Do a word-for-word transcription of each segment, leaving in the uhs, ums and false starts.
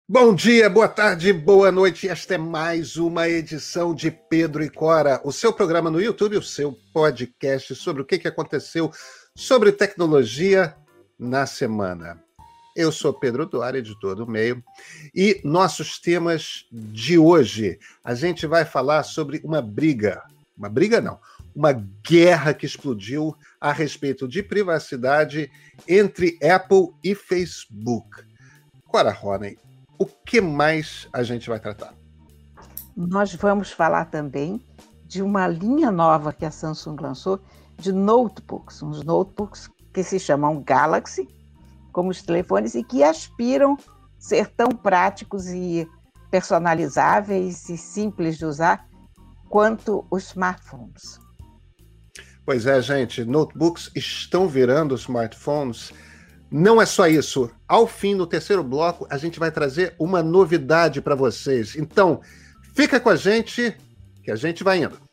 Bom dia, boa tarde, boa noite. Esta é mais uma edição de Pedro e Cora, o seu programa no YouTube, o seu podcast sobre o que que aconteceu sobre tecnologia na semana. Eu sou Pedro Duarte, editor do Meio, e nossos temas de hoje, a gente vai falar sobre uma briga, uma briga não, uma guerra que explodiu a respeito de privacidade entre Apple e Facebook. Cora Roney, o que mais a gente vai tratar? Nós vamos falar também de uma linha nova que a Samsung lançou de notebooks, uns notebooks que se chamam Galaxy, como os telefones, e que aspiram ser tão práticos e personalizáveis e simples de usar quanto os smartphones. Pois é, gente, notebooks estão virando smartphones. Não é só isso. Ao fim, no terceiro bloco, a gente vai trazer uma novidade para vocês. Então, fica com a gente, que a gente vai indo.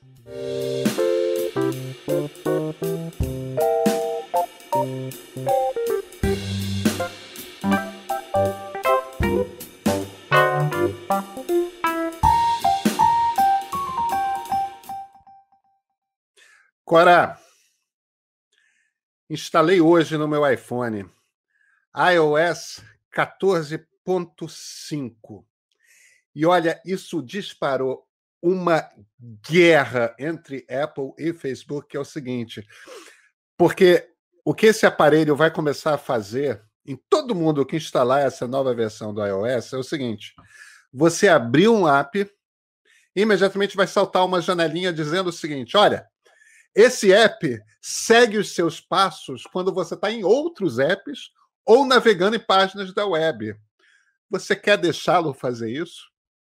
Cora, instalei hoje no meu iPhone iOS quatorze ponto cinco. E olha, isso disparou uma guerra entre Apple e Facebook, que é o seguinte, porque o que esse aparelho vai começar a fazer em todo mundo que instalar essa nova versão do iOS é o seguinte: você abrir um app, imediatamente vai saltar uma janelinha dizendo o seguinte: olha, esse app segue os seus passos quando você está em outros apps ou navegando em páginas da web. Você quer deixá-lo fazer isso?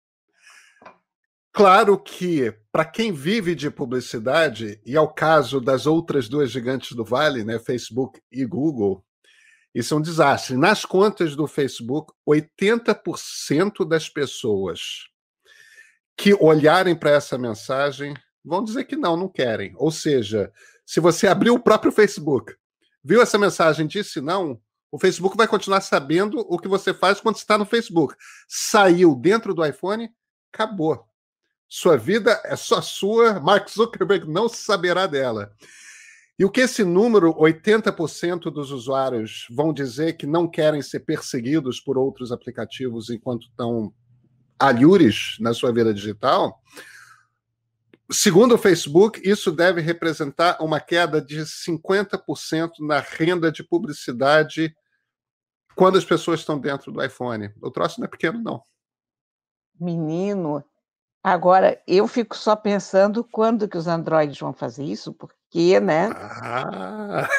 Claro que, para quem vive de publicidade, e é o caso das outras duas gigantes do Vale, né, Facebook e Google, isso é um desastre. Nas contas do Facebook, oitenta por cento das pessoas que olharem para essa mensagem vão dizer que não, não querem. Ou seja, se você abriu o próprio Facebook, viu essa mensagem e disse não, o Facebook vai continuar sabendo o que você faz quando está no Facebook. Saiu dentro do iPhone, acabou. Sua vida é só sua, Mark Zuckerberg não saberá dela. E o que esse número, oitenta por cento dos usuários vão dizer que não querem ser perseguidos por outros aplicativos enquanto estão alhures na sua vida digital, segundo o Facebook, isso deve representar uma queda de cinquenta por cento na renda de publicidade quando as pessoas estão dentro do iPhone. O troço não é pequeno, não. Menino, agora eu fico só pensando quando que os Androids vão fazer isso, porque, né? Ah.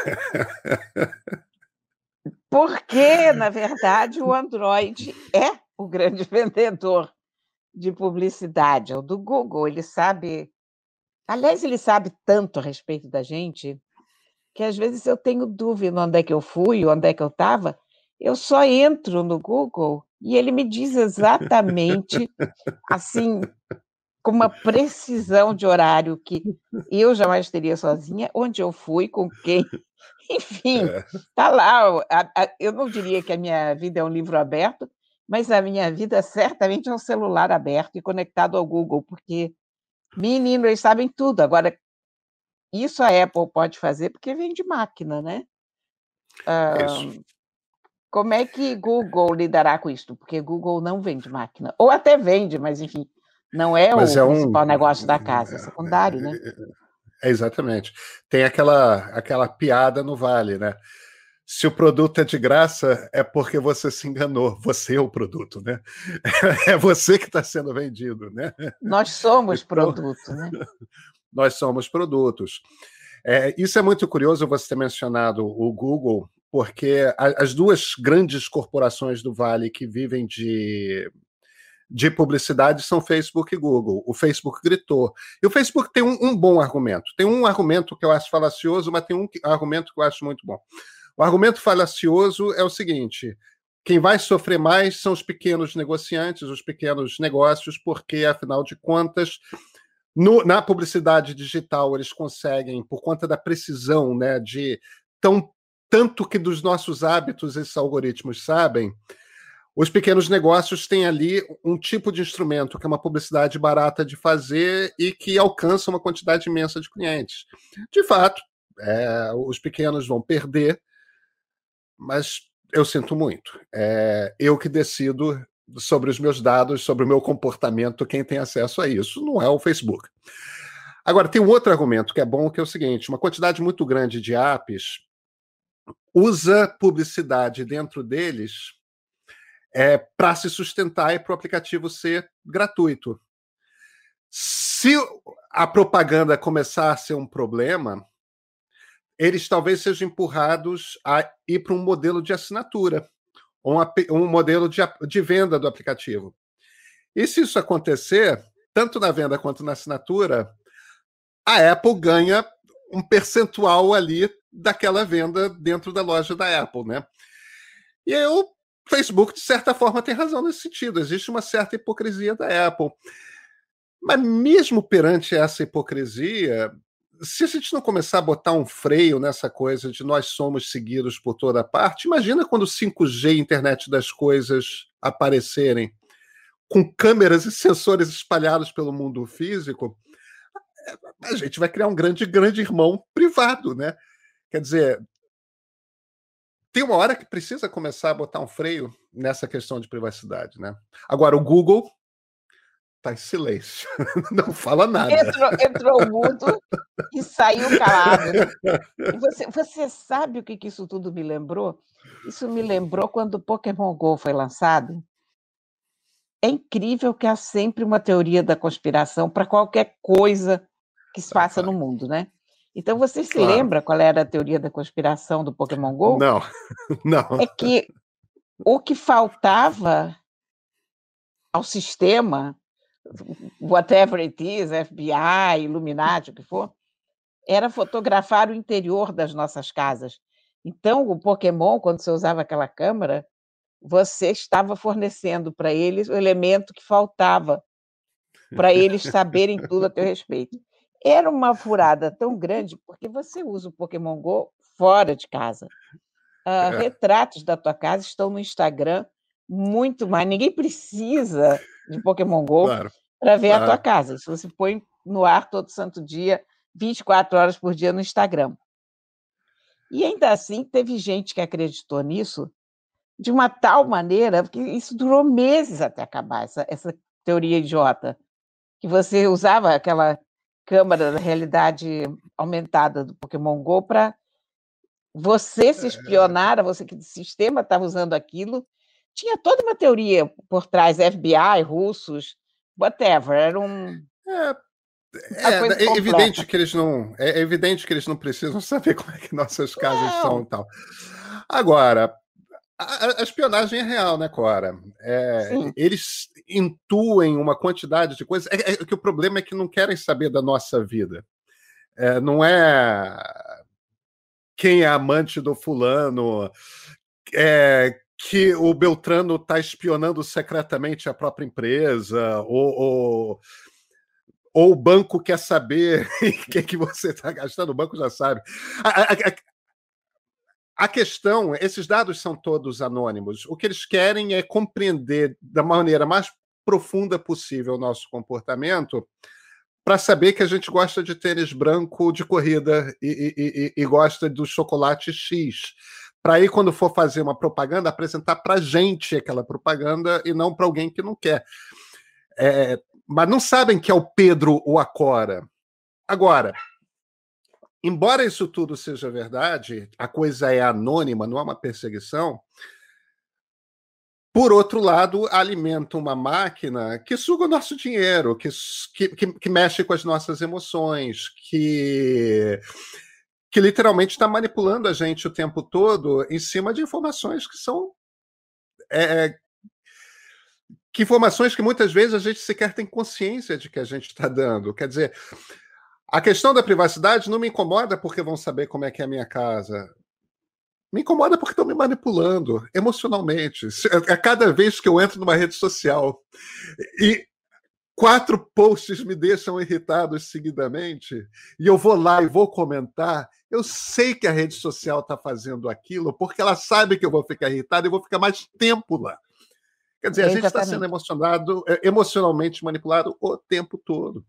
Porque, na verdade, o Android é o grande vendedor de publicidade, é o do Google. Ele sabe... Aliás, ele sabe tanto a respeito da gente que às vezes eu tenho dúvida onde é que eu fui, onde é que eu estava. Eu só entro no Google e ele me diz exatamente, assim, com uma precisão de horário que eu jamais teria sozinha, onde eu fui, com quem. Enfim, está lá. Eu não diria que a minha vida é um livro aberto, mas a minha vida certamente é um celular aberto e conectado ao Google, porque, menino, eles sabem tudo. Agora, isso a Apple pode fazer porque vem de máquina, né? É isso. Como é que Google lidará com isso? Porque Google não vende máquina. Ou até vende, mas, enfim, não é Mas o é principal um... negócio da casa, é secundário, né? É, exatamente. Tem aquela, aquela piada no Vale, né? Se o produto é de graça, é porque você se enganou. Você é o produto, né? É você que está sendo vendido, né? Nós somos então, produto, né? Nós somos produtos. É, isso é muito curioso você ter mencionado o Google, porque a, as duas grandes corporações do Vale que vivem de, de publicidade são Facebook e Google. O Facebook gritou. E o Facebook tem um, um bom argumento. Tem um argumento que eu acho falacioso, mas tem um argumento que eu acho muito bom. O argumento falacioso é o seguinte: quem vai sofrer mais são os pequenos negociantes, os pequenos negócios, porque, afinal de contas, no, na publicidade digital eles conseguem, por conta da precisão, né, de tão, tanto que dos nossos hábitos esses algoritmos sabem, os pequenos negócios têm ali um tipo de instrumento que é uma publicidade barata de fazer e que alcança uma quantidade imensa de clientes. De fato, é, os pequenos vão perder, mas eu sinto muito. É, eu que decido sobre os meus dados, sobre o meu comportamento, quem tem acesso a isso, não é o Facebook. Agora, tem um outro argumento que é bom, que é o seguinte: uma quantidade muito grande de apps usa publicidade dentro deles é, para se sustentar e para o aplicativo ser gratuito. Se a propaganda começar a ser um problema, eles talvez sejam empurrados a ir para um modelo de assinatura, um, um modelo de, de venda do aplicativo. E se isso acontecer, tanto na venda quanto na assinatura, a Apple ganha um percentual ali daquela venda dentro da loja da Apple, né? E aí o Facebook, de certa forma, tem razão nesse sentido. Existe uma certa hipocrisia da Apple. Mas mesmo perante essa hipocrisia, se a gente não começar a botar um freio nessa coisa de nós somos seguidos por toda parte, imagina quando o cinco G, internet das coisas, aparecerem com câmeras e sensores espalhados pelo mundo físico, a gente vai criar um grande, grande irmão privado, né? Quer dizer, tem uma hora que precisa começar a botar um freio nessa questão de privacidade, né? Agora, o Google está em silêncio, não fala nada. Entrou, entrou mudo e saiu calado. Né? E você, você sabe o que, que isso tudo me lembrou? Isso me lembrou quando o Pokémon Go foi lançado. É incrível que há sempre uma teoria da conspiração para qualquer coisa que se faça no mundo, né? Então, você se claro. lembra qual era a teoria da conspiração do Pokémon Go? Não, não. É que o que faltava ao sistema, whatever it is, F B I, Illuminati, o que for, era fotografar o interior das nossas casas. Então, o Pokémon, quando você usava aquela câmera, você estava fornecendo para eles o elemento que faltava para eles saberem tudo a teu respeito. Era uma furada tão grande, porque você usa o Pokémon Go fora de casa. Uh, é. Retratos da tua casa estão no Instagram muito mais. Ninguém precisa de Pokémon Go claro. para ver claro. a tua casa. Isso você põe no ar todo santo dia, vinte e quatro horas por dia no Instagram. E ainda assim, teve gente que acreditou nisso de uma tal maneira, porque isso durou meses até acabar, essa, essa teoria idiota, que você usava aquela câmera da realidade aumentada do Pokémon Go para você se espionar, você que o sistema estava usando aquilo. Tinha toda uma teoria por trás, F B I, russos, whatever, era um... É, é, é evidente que eles não, é evidente que eles não precisam saber como é que nossas casas não. são e tal. Agora, a, a espionagem é real, né, Cora? É, eles intuem uma quantidade de coisas. É, é que o problema é que não querem saber da nossa vida. É, não é quem é amante do fulano, é, que o Beltrano está espionando secretamente a própria empresa, ou, ou, ou o banco quer saber o que, que você está gastando, o banco já sabe. A, a, a, A questão, esses dados são todos anônimos. O que eles querem é compreender da maneira mais profunda possível o nosso comportamento para saber que a gente gosta de tênis branco de corrida e, e, e, e gosta do chocolate X. Para aí, quando for fazer uma propaganda, apresentar para a gente aquela propaganda e não para alguém que não quer. É, mas não sabem que é o Pedro ou a Cora. Agora, embora isso tudo seja verdade, a coisa é anônima, não é uma perseguição, por outro lado, alimenta uma máquina que suga o nosso dinheiro, que, que, que mexe com as nossas emoções, que, que literalmente está manipulando a gente o tempo todo em cima de informações que são... É, que informações que muitas vezes a gente sequer tem consciência de que a gente está dando. Quer dizer... A questão da privacidade não me incomoda porque vão saber como é que é a minha casa. Me incomoda porque estão me manipulando emocionalmente. A cada vez que eu entro numa rede social e quatro posts me deixam irritados seguidamente, e eu vou lá e vou comentar, eu sei que a rede social está fazendo aquilo porque ela sabe que eu vou ficar irritado e vou ficar mais tempo lá. Quer dizer, a gente está sendo Exatamente. emocionado, é, emocionalmente manipulado o tempo todo.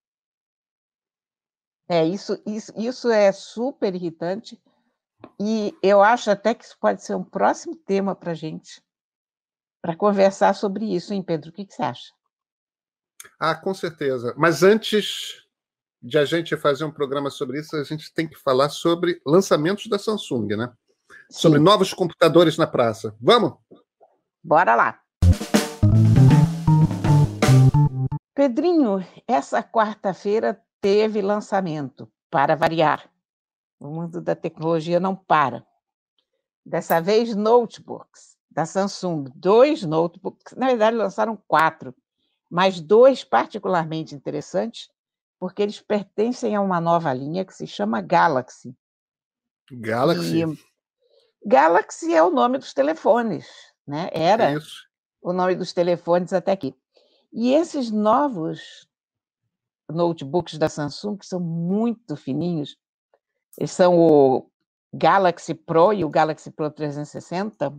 É, isso isso isso é super irritante, e eu acho até que isso pode ser um próximo tema pra gente, para conversar sobre isso, hein, Pedro? O que que você acha? Ah, com certeza. Mas antes de a gente fazer um programa sobre isso, a gente tem que falar sobre lançamentos da Samsung, né? Sobre Sim, novos computadores na praça. Vamos? bora lá. Pedrinho, essa quarta-feira teve lançamento, para variar. O mundo da tecnologia não para. Dessa vez, notebooks da Samsung. Dois notebooks, na verdade, lançaram quatro, mas dois particularmente interessantes, porque eles pertencem a uma nova linha que se chama Galaxy. E Galaxy. Galaxy é o nome dos telefones, né? Era Isso. o nome dos telefones até aqui. E esses novos notebooks da Samsung, que são muito fininhos, eles são o Galaxy Pro e o Galaxy Pro trezentos e sessenta,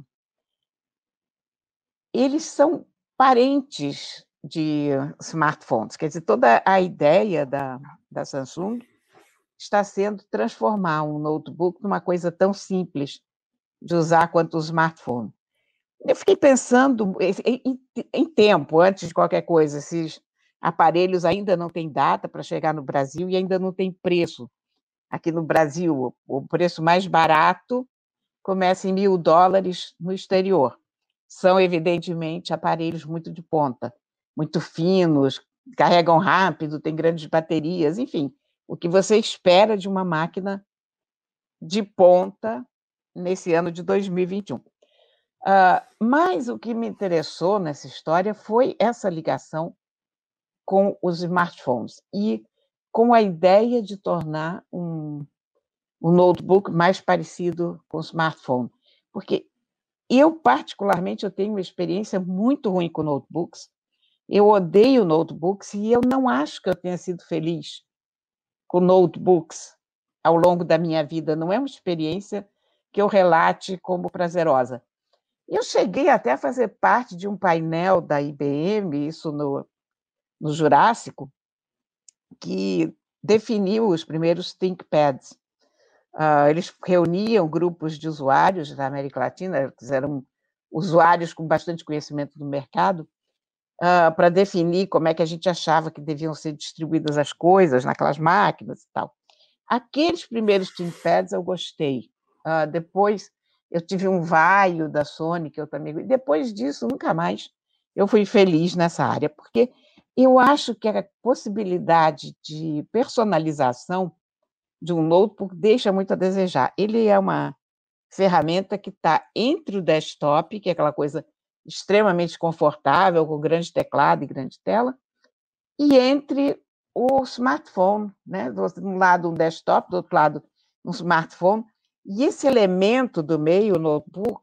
eles são parentes de smartphones. Quer dizer, toda a ideia da, da Samsung está sendo transformar um notebook numa coisa tão simples de usar quanto o smartphone. Eu fiquei pensando em, em, em tempo, antes de qualquer coisa, esses aparelhos ainda não têm data para chegar no Brasil e ainda não tem preço. Aqui no Brasil, o preço mais barato começa em mil dólares no exterior. São, evidentemente, aparelhos muito de ponta, muito finos, carregam rápido, têm grandes baterias, enfim, o que você espera de uma máquina de ponta nesse ano de dois mil e vinte e um. Uh, mas o que me interessou nessa história foi essa ligação com os smartphones e com a ideia de tornar um, um notebook mais parecido com o smartphone. Porque eu, particularmente, eu tenho uma experiência muito ruim com notebooks. Eu odeio notebooks e eu não acho que eu tenha sido feliz com notebooks ao longo da minha vida. Não é uma experiência que eu relate como prazerosa. Eu cheguei até a fazer parte de um painel da I B M, isso no, no Jurássico, que definiu os primeiros ThinkPads. Uh, eles reuniam grupos de usuários da América Latina, eram usuários com bastante conhecimento do mercado, uh, para definir como é que a gente achava que deviam ser distribuídas as coisas naquelas máquinas e tal. Aqueles primeiros ThinkPads eu gostei. Uh, depois eu tive um Vaio da Sony, que eu também... Depois disso, nunca mais eu fui feliz nessa área, porque eu acho que a possibilidade de personalização de um notebook deixa muito a desejar. Ele é uma ferramenta que está entre o desktop, que é aquela coisa extremamente confortável, com grande teclado e grande tela, e entre o smartphone, né? De um lado um desktop, do outro lado um smartphone, e esse elemento do meio, o notebook,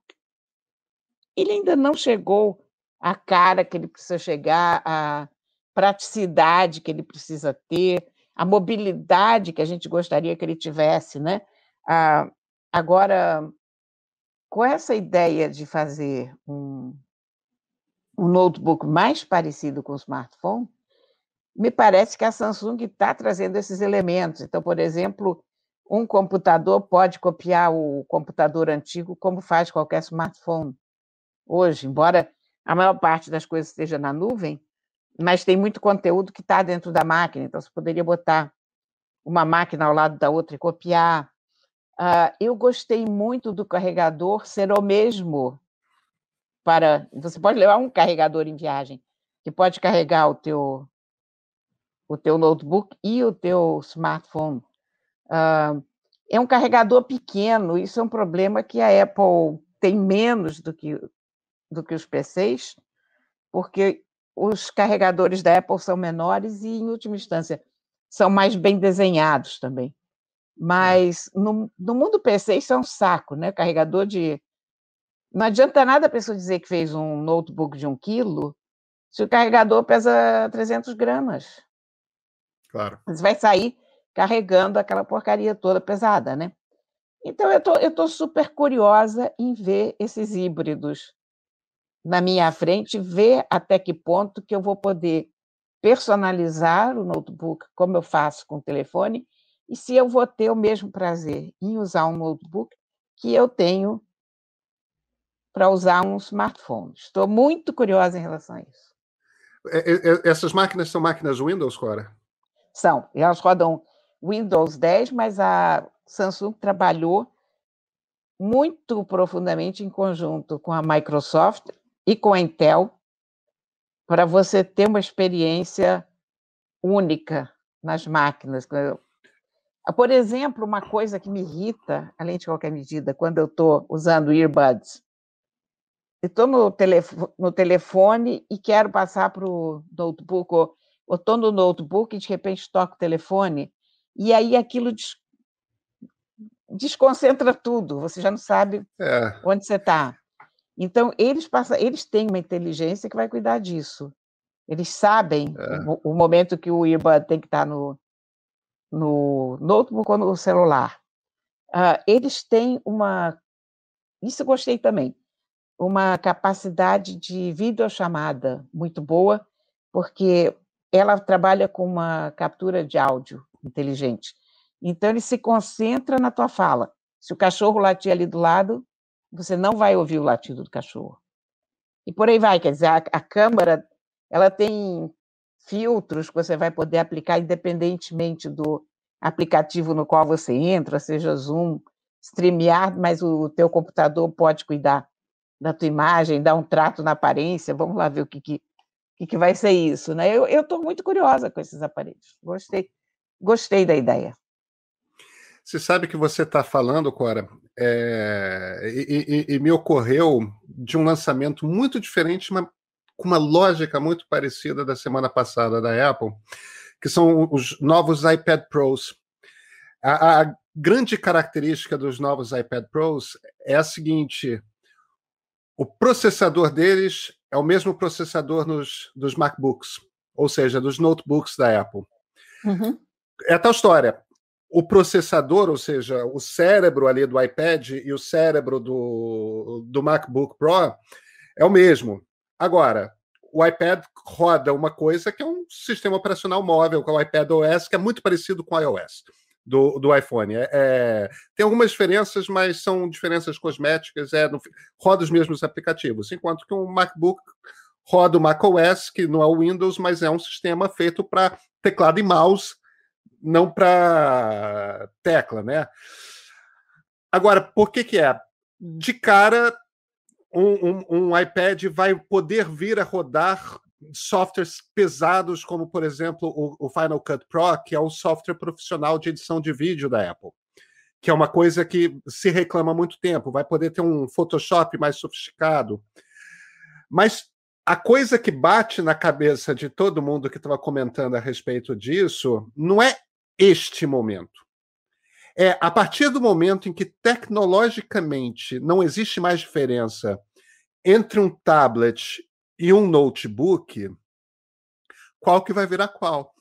ele ainda não chegou à cara que ele precisa chegar, à praticidade que ele precisa ter, a mobilidade que a gente gostaria que ele tivesse, né? Ah, agora, com essa ideia de fazer um, um notebook mais parecido com o smartphone, me parece que a Samsung está trazendo esses elementos. Então, por exemplo, um computador pode copiar o computador antigo como faz qualquer smartphone hoje, embora a maior parte das coisas esteja na nuvem, mas tem muito conteúdo que está dentro da máquina, então você poderia botar uma máquina ao lado da outra e copiar. Uh, eu gostei muito do carregador ser o mesmo para... Você pode levar um carregador em viagem, que pode carregar o teu, o teu notebook e o teu smartphone. Uh, é um carregador pequeno, isso é um problema que a Apple tem menos do que, do que os P Cs, porque os carregadores da Apple são menores e, em última instância, são mais bem desenhados também. Mas é. no, no mundo P C isso é um saco, né? Carregador de... Não adianta nada a pessoa dizer que fez um notebook de um quilo se o carregador pesa trezentos gramas. Claro. Você vai sair carregando aquela porcaria toda pesada, né? Então, eu tô, eu tô super curiosa em ver esses híbridos na minha frente, ver até que ponto que eu vou poder personalizar o notebook, como eu faço com o telefone, e se eu vou ter o mesmo prazer em usar um notebook que eu tenho para usar um smartphone. Estou muito curiosa em relação a isso. Essas máquinas são máquinas Windows, Cora? São. Elas rodam Windows dez, mas a Samsung trabalhou muito profundamente em conjunto com a Microsoft e com a Intel para você ter uma experiência única nas máquinas. Por exemplo, uma coisa que me irrita, além de qualquer medida, quando eu estou usando earbuds, eu estou no, telefone, no telefone e quero passar para o notebook, ou estou no notebook e de repente toco o telefone, e aí aquilo des... desconcentra tudo, você já não sabe é. onde você está. Então, eles, passam, eles têm uma inteligência que vai cuidar disso. Eles sabem é. o, o momento que o earbud tem que estar no, no notebook ou no celular. Uh, eles têm uma... Isso eu gostei também. Uma capacidade de videochamada muito boa, porque ela trabalha com uma captura de áudio inteligente. Então, ele se concentra na tua fala. Se o cachorro latir ali do lado, você não vai ouvir o latido do cachorro. E por aí vai, quer dizer, a, a câmera, ela tem filtros que você vai poder aplicar independentemente do aplicativo no qual você entra, seja Zoom, StreamYard, mas o teu computador pode cuidar da tua imagem, dar um trato na aparência. Vamos lá ver o que, que, que vai ser isso, né? Eu estou muito curiosa com esses aparelhos. Gostei, gostei da ideia. Você sabe que você está falando, Cora, é, e, e, e me ocorreu de um lançamento muito diferente, mas com uma lógica muito parecida da semana passada da Apple, que são os novos iPad Pros. A, a grande característica dos novos iPad Pros é a seguinte: o processador deles é o mesmo processador nos, dos MacBooks, ou seja, dos notebooks da Apple. Uhum. É a tal história. O processador, ou seja, o cérebro ali do iPad e o cérebro do, do MacBook Pro é o mesmo. Agora, o iPad roda uma coisa que é um sistema operacional móvel, que é o iPadOS, que é muito parecido com o iOS do, do iPhone. É, é, tem algumas diferenças, mas são diferenças cosméticas, é, no, roda os mesmos aplicativos, enquanto que um MacBook roda o macOS, que não é o Windows, mas é um sistema feito para teclado e mouse, não para tecla, né? Agora, por que que é? De cara, um, um, um iPad vai poder vir a rodar softwares pesados, como, por exemplo, o, o Final Cut Pro, que é o software profissional de edição de vídeo da Apple, que é uma coisa que se reclama há muito tempo. Vai poder ter um Photoshop mais sofisticado. Mas a coisa que bate na cabeça de todo mundo que estava comentando a respeito disso não é este momento. É a partir do momento em que tecnologicamente não existe mais diferença entre um tablet e um notebook, qual que vai virar qual?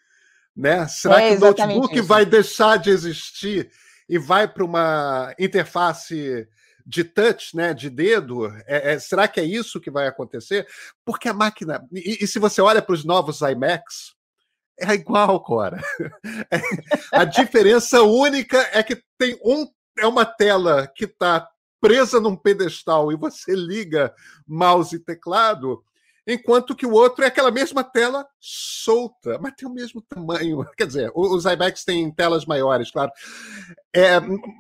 Né? Será é que o notebook isso. vai deixar de existir e vai para uma interface de touch, né, de dedo? É, é, será que é isso que vai acontecer? Porque a máquina... E, e se você olha para os novos iMacs, é igual, Cora. É, a diferença única é que tem um, é uma tela que está presa num pedestal e você liga mouse e teclado, enquanto que o outro é aquela mesma tela solta, mas tem o mesmo tamanho. Quer dizer, os iMacs têm telas maiores, claro. É,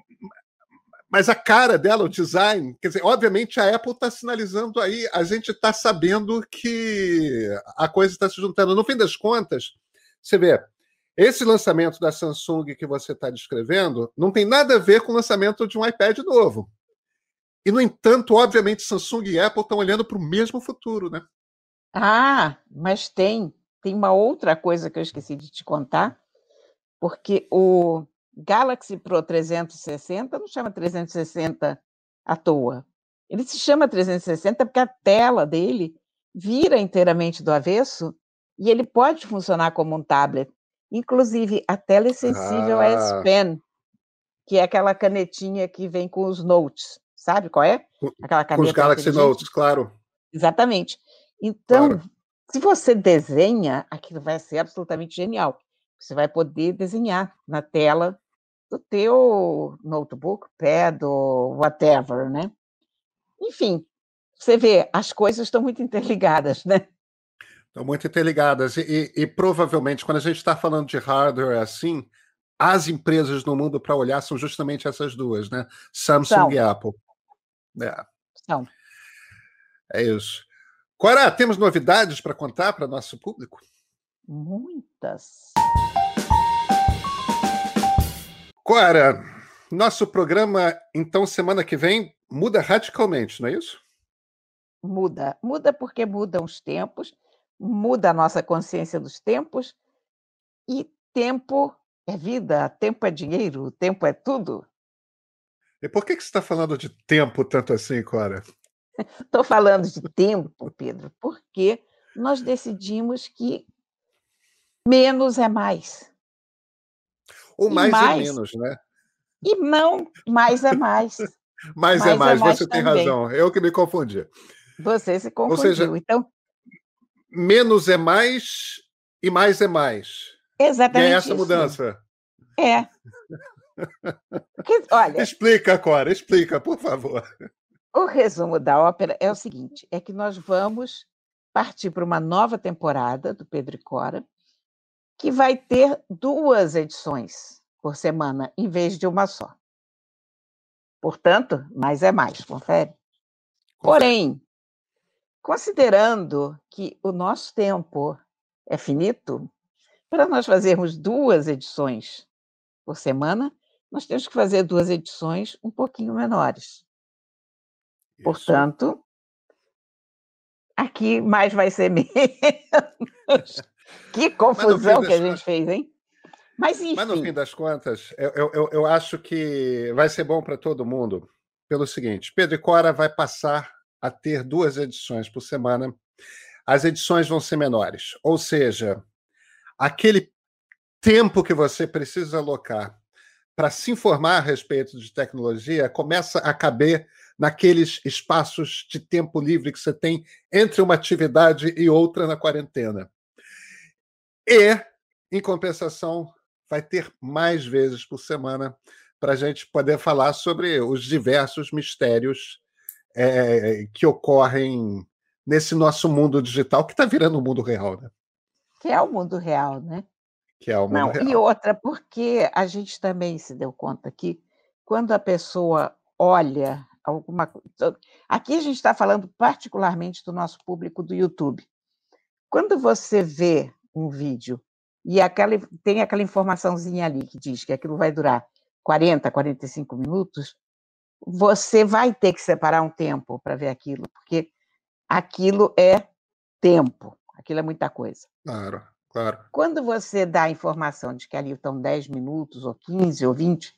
mas a cara dela, o design, quer dizer, obviamente a Apple está sinalizando aí, a gente está sabendo que a coisa está se juntando. No fim das contas, você vê, esse lançamento da Samsung que você está descrevendo não tem nada a ver com o lançamento de um iPad novo. E, no entanto, obviamente, Samsung e Apple estão olhando para o mesmo futuro, né? Ah, mas tem. Tem uma outra coisa que eu esqueci de te contar, porque o Galaxy Pro trezentos e sessenta não chama trezentos e sessenta à toa. Ele se chama trezentos e sessenta porque a tela dele vira inteiramente do avesso e ele pode funcionar como um tablet. Inclusive, a tela é sensível ah. a S Pen, que é aquela canetinha que vem com os notes. Sabe qual é? Aquela caneta com os Galaxy Notes, claro. Exatamente. Então, Claro. se você desenha, aquilo vai ser absolutamente genial. Você vai poder desenhar na tela do teu notebook, pad ou whatever, né. Enfim, você vê, as coisas estão muito interligadas, né. Estão muito interligadas e e e provavelmente quando a gente está falando de hardware assim, as empresas no mundo para olhar são justamente essas duas, né, Samsung e São. Apple. É. São. É isso. Cora, temos novidades para contar para nosso público? Muitas. Cora, nosso programa, então, semana que vem muda radicalmente, não é isso? Muda. Muda porque mudam os tempos, muda a nossa consciência dos tempos, e tempo é vida, tempo é dinheiro, tempo é tudo. E por que que você está falando de tempo tanto assim, Cora? Estou falando de tempo, Pedro, porque nós decidimos que menos é mais. Ou E mais é mais menos, né? e não, mais é mais. Mais é Mais é mais, mais você tem também. razão, eu que me confundi. Você se Ou seja confundiu, então menos é mais e mais é mais. E é Exatamente essa a isso. mudança? É. Porque, olha Explica, Cora, explica, por favor. o resumo da ópera é o seguinte, é que nós vamos partir para uma nova temporada do Pedro e Cora, que vai ter duas edições por semana, em vez de uma só. Portanto, mais é mais, confere? Confere. Porém, considerando que o nosso tempo é finito, para nós fazermos duas edições por semana, nós temos que fazer duas edições um pouquinho menores. Isso. Portanto aqui mais vai ser menos. Que Mas no fim confusão que das a gente contas fez, hein? Mas mas no fim enfim. das contas, eu eu eu eu acho que vai ser bom para todo mundo, pelo seguinte, Pedro e Cora vai passar a ter duas edições por semana. As edições vão ser menores, ou seja, aquele tempo que você precisa alocar para se informar a respeito de tecnologia começa a caber naqueles espaços de tempo livre que você tem entre uma atividade e outra na quarentena. E, em compensação, vai ter mais vezes por semana para a gente poder falar sobre os diversos mistérios, eh, que ocorrem nesse nosso mundo digital, que está virando o mundo real, né? Que é o mundo real, né? Que é o mundo Não, e real. outra, porque a gente também se deu conta que, quando a pessoa olha alguma co aqui a gente está falando particularmente do nosso público do YouTube. Quando você vê um vídeo e aquela tem aquela informaçãozinha ali que diz que aquilo vai durar quarenta, quarenta e cinco minutos, você vai ter que separar um tempo para ver aquilo, porque aquilo é tempo, aquilo é muita coisa. Claro, claro. Quando você dá a informação de que ali estão dez minutos ou quinze ou vinte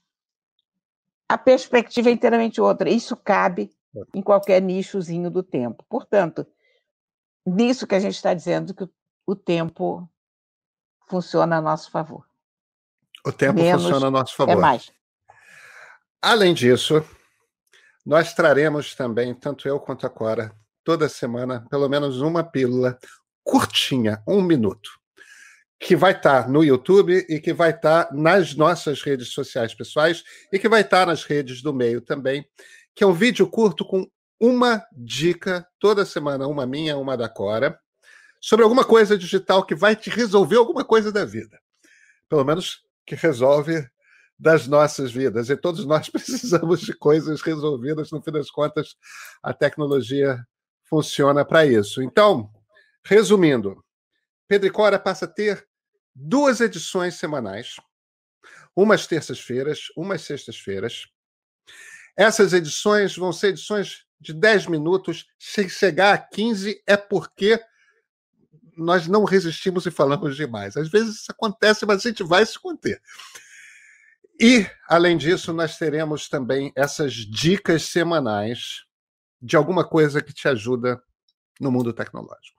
a perspectiva é inteiramente outra, isso cabe em qualquer nichozinho do tempo. Portanto, nisso que a gente está dizendo que o o tempo funciona a nosso favor. O tempo Menos funciona a nosso é favor. mais. Além disso, nós traremos também, tanto eu quanto a Cora, toda semana, pelo menos uma pílula curtinha, um minuto, que vai estar no YouTube e que vai estar nas nossas redes sociais pessoais e que vai estar nas redes do meio também, que é um vídeo curto com uma dica, toda semana, uma minha, uma da Cora, sobre alguma coisa digital que vai te resolver alguma coisa da vida. Pelo menos que resolve das nossas vidas. E todos nós precisamos de coisas resolvidas, no fim das contas, a tecnologia funciona para isso. Então, resumindo, Pedro e Cora passa a ter duas edições semanais, umas terças-feiras, umas sextas-feiras. Essas edições vão ser edições de dez minutos, se chegar a quinze é porque nós não resistimos e falamos demais. Às vezes isso acontece, mas a gente vai se conter. E, além disso, nós teremos também essas dicas semanais de alguma coisa que te ajuda no mundo tecnológico.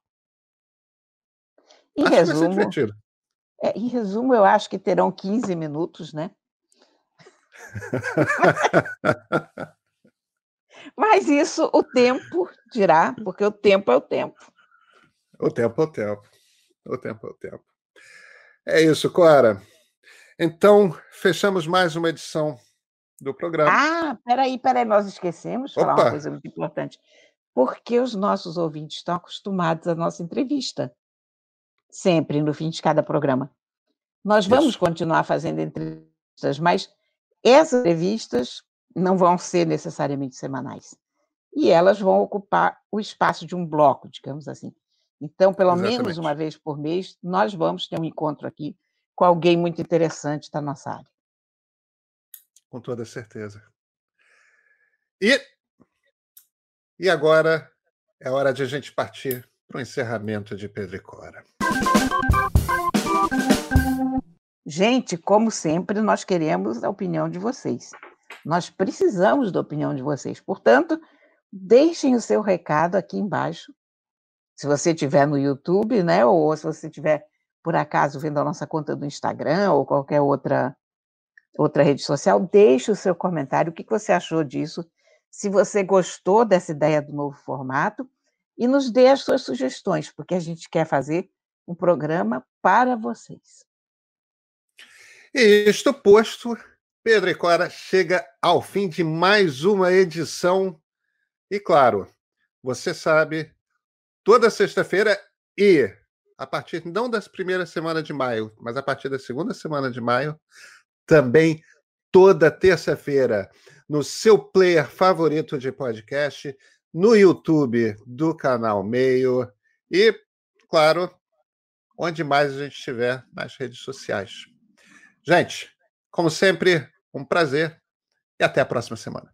Em Acho que vai ser resumo divertido. é, em resumo, eu acho que terão quinze minutos, né? Mas isso o tempo dirá, porque o tempo é o tempo. O tempo é o tempo. O tempo é o tempo. É isso, Cora. Então, fechamos mais uma edição do programa. Ah, peraí, peraí, nós esquecemos de falar uma Opa! coisa muito importante. Porque os nossos ouvintes estão acostumados à nossa entrevista, sempre no fim de cada programa. Nós vamos Isso. continuar fazendo entrevistas, mas essas entrevistas não vão ser necessariamente semanais. E elas vão ocupar o espaço de um bloco, digamos assim. Então, pelo menos uma Exatamente. vez por mês, nós vamos ter um encontro aqui com alguém muito interessante da nossa área. Com toda certeza. E, e agora é hora de a gente partir para o encerramento de Pedro e Cora. Gente, como sempre, nós queremos a opinião de vocês. Nós precisamos da opinião de vocês. Portanto, deixem o seu recado aqui embaixo. Se você estiver no YouTube, né, ou se você estiver, por acaso, vendo a nossa conta do Instagram ou qualquer outra, outra rede social, deixe o seu comentário. O que você achou disso? Se você gostou dessa ideia do novo formato, e nos dê as suas sugestões, porque a gente quer fazer um programa para vocês. E isto posto, Pedro e Cora chega ao fim de mais uma edição. E claro, você sabe, toda sexta-feira e a partir não das primeiras semanas de maio, mas a partir da segunda semana de maio, também toda terça-feira no seu player favorito de podcast, no YouTube do canal Meio e, claro, onde mais a gente estiver nas redes sociais. Gente, como sempre, um prazer e até a próxima semana.